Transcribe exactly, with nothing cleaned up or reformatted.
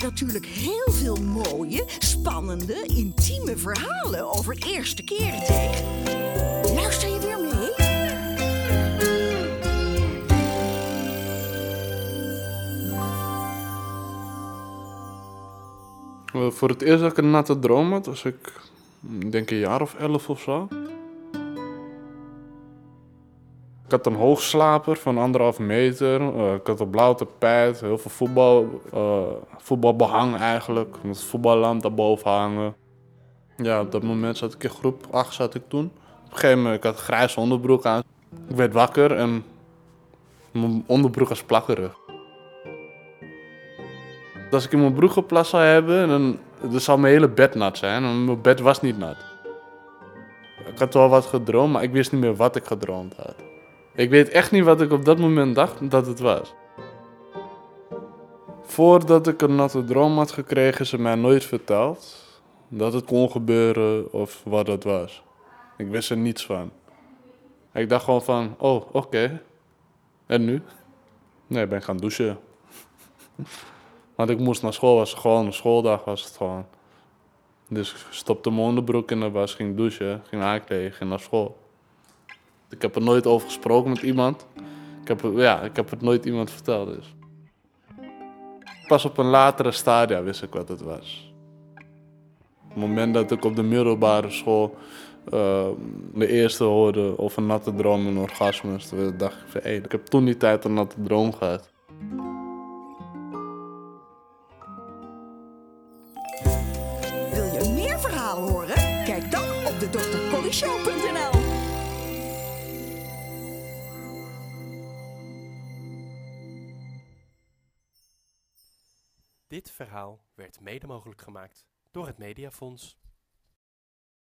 natuurlijk heel veel mooie, spannende, intieme verhalen over eerste keren tegen. Luister je weer mee? Uh, voor het eerst dat ik een natte droom had, was ik ik denk een jaar of elf of zo. Ik had een hoogslaper van anderhalf meter. Uh, ik had een blauw tapijt, heel veel voetbal, uh, voetbalbehang eigenlijk. Met het voetballamp daarboven hangen. Ja, op dat moment zat ik in groep acht zat ik toen. Op een gegeven moment, ik had een grijze onderbroek aan. Ik werd wakker en mijn onderbroek was plakkerig. Als ik in mijn broek geplast zou hebben, dan, dan zou mijn hele bed nat zijn. En mijn bed was niet nat. Ik had wel wat gedroomd, maar ik wist niet meer wat ik gedroomd had. Ik weet echt niet wat ik op dat moment dacht dat het was. Voordat ik een natte droom had gekregen, is ze mij nooit verteld dat het kon gebeuren of wat het was. Ik wist er niets van. Ik dacht gewoon van, oh, oké. Okay. En nu? Nee, ik ben gaan douchen. Want ik moest naar school, was het gewoon een schooldag was het gewoon. Dus ik stopte mijn onderbroek in de was, ging douchen, ging aankleden, ging naar school. Ik heb er nooit over gesproken met iemand. Ik heb, ja, ik heb het nooit iemand verteld dus. Pas op een latere stadia wist ik wat het was. Op het moment dat ik op de middelbare school uh, de eerste hoorde of een natte droom en orgasmes, toen dacht ik van hé, ik heb toen die tijd een natte droom gehad. Wil je meer verhalen horen? Kijk dan op de dokter Collie Show punt n l. Dit verhaal werd mede mogelijk gemaakt door het Mediafonds.